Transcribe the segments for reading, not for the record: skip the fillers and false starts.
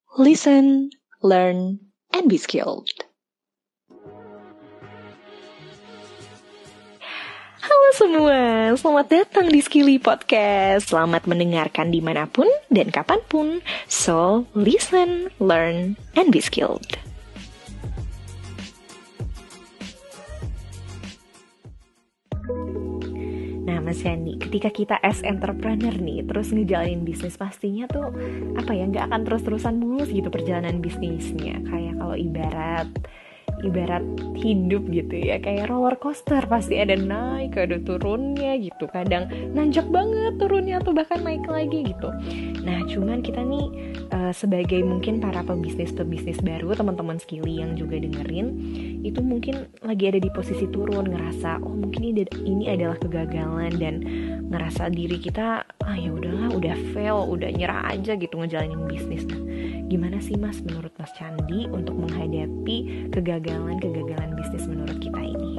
Listen, learn, and be skilled. Halo semua, selamat datang di Skilly Podcast. Selamat mendengarkan dimanapun dan kapanpun. So, listen, learn, and be skilled. Nah Mas Yani, ketika kita as entrepreneur nih terus ngejalanin bisnis, pastinya tuh nggak akan terus-terusan mulus gitu perjalanan bisnisnya. Kayak kalau ibarat hidup gitu ya, kayak roller coaster, pasti ada naik, ada turunnya gitu. Kadang nanjak banget turunnya atau bahkan naik lagi gitu. Nah cuman kita nih sebagai mungkin para pebisnis baru, teman-teman Skilly yang juga dengerin, itu mungkin lagi ada di posisi turun, ngerasa mungkin ini adalah kegagalan, dan ngerasa diri kita ya udahlah, udah fail, udah nyerah aja gitu ngejalanin bisnis. Nah, gimana sih Mas menurut Mas Candi untuk menghadapi kegagalan bisnis menurut kita ini?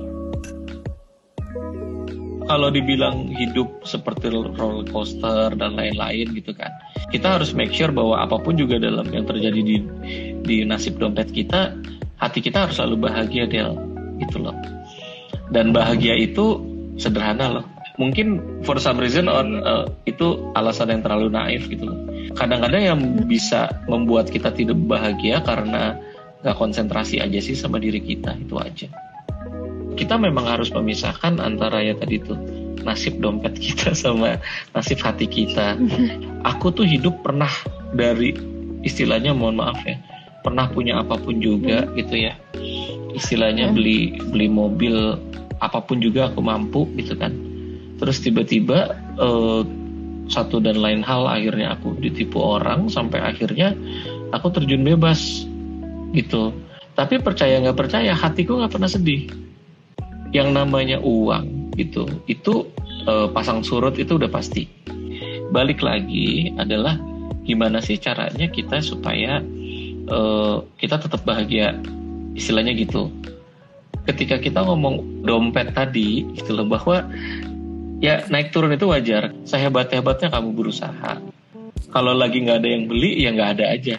Kalau dibilang hidup seperti roller coaster dan lain-lain gitu kan, kita harus make sure bahwa apapun juga dalam yang terjadi di nasib dompet kita, hati kita harus selalu bahagia Del, gitu loh. Dan bahagia itu sederhana loh. Mungkin for some reason itu alasan yang terlalu naif gitu loh. Kadang-kadang yang bisa membuat kita tidak bahagia karena gak konsentrasi aja sih sama diri kita, itu aja. Kita memang harus memisahkan antara ya tadi tuh nasib dompet kita sama nasib hati kita. Aku tuh hidup pernah dari istilahnya, mohon maaf ya, pernah punya apapun juga gitu ya. Istilahnya beli mobil apapun juga aku mampu gitu kan. Terus tiba-tiba satu dan lain hal akhirnya aku ditipu orang sampai akhirnya aku terjun bebas gitu. Tapi percaya nggak percaya, hatiku nggak pernah sedih. Yang namanya uang gitu, itu pasang surut itu udah pasti. Balik lagi adalah gimana sih caranya kita supaya kita tetap bahagia, istilahnya gitu. Ketika kita ngomong dompet tadi gitu loh, bahwa ya naik turun itu wajar. Sehebat-hebatnya kamu berusaha, kalau lagi nggak ada yang beli ya nggak ada aja.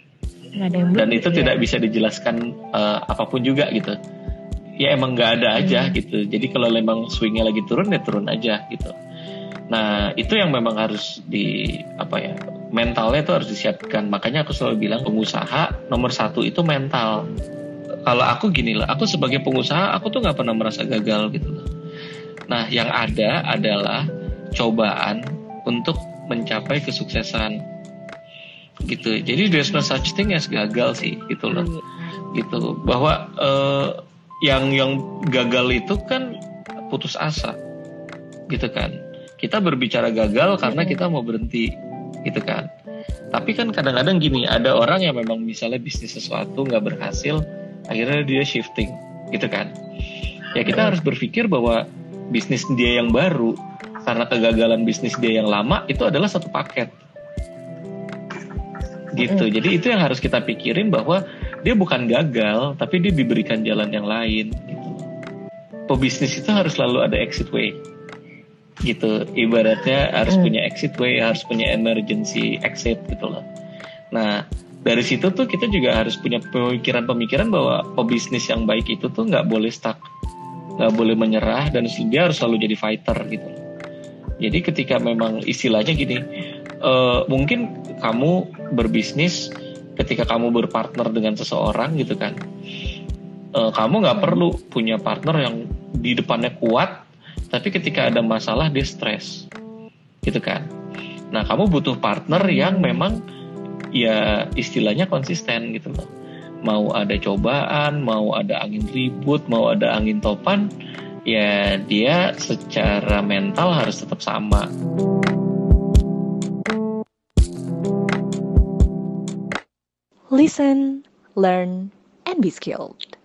Dan itu tidak bisa dijelaskan apapun juga gitu. Ya emang nggak ada aja gitu. Jadi kalau memang swingnya lagi turun ya turun aja gitu. Nah itu yang memang harus mentalnya itu harus disiapkan. Makanya aku selalu bilang pengusaha nomor satu itu mental. Kalau aku gini lah, aku sebagai pengusaha aku tuh nggak pernah merasa gagal gitu loh. Nah yang ada adalah cobaan untuk mencapai kesuksesan gitu. Jadi there's no such thing as gagal sih gitu loh. Gitu bahwa yang gagal itu kan putus asa gitu kan. Kita berbicara gagal karena kita mau berhenti gitu kan. Tapi kan kadang-kadang gini, ada orang yang memang misalnya bisnis sesuatu nggak berhasil, akhirnya dia shifting gitu kan. Ya kita harus berpikir bahwa bisnis dia yang baru karena kegagalan bisnis dia yang lama itu adalah satu paket gitu. Jadi itu yang harus kita pikirin, bahwa dia bukan gagal, tapi dia diberikan jalan yang lain gitu. Pebisnis itu harus selalu ada exit way gitu. Ibaratnya harus punya exit way, harus punya emergency exit gitu loh. Nah dari situ tuh kita juga harus punya pemikiran bahwa pebisnis yang baik itu tuh nggak boleh stuck, nggak boleh menyerah, dan dia harus selalu jadi fighter gitu. Jadi ketika memang istilahnya gini, mungkin kamu berbisnis ketika kamu berpartner dengan seseorang gitu kan, kamu nggak perlu punya partner yang di depannya kuat, tapi ketika ada masalah dia stres gitu kan. Nah kamu butuh partner yang memang ya istilahnya konsisten gitu loh. Mau ada cobaan, mau ada angin ribut, mau ada angin topan, ya dia secara mental harus tetap sama. Listen, learn, and be skilled.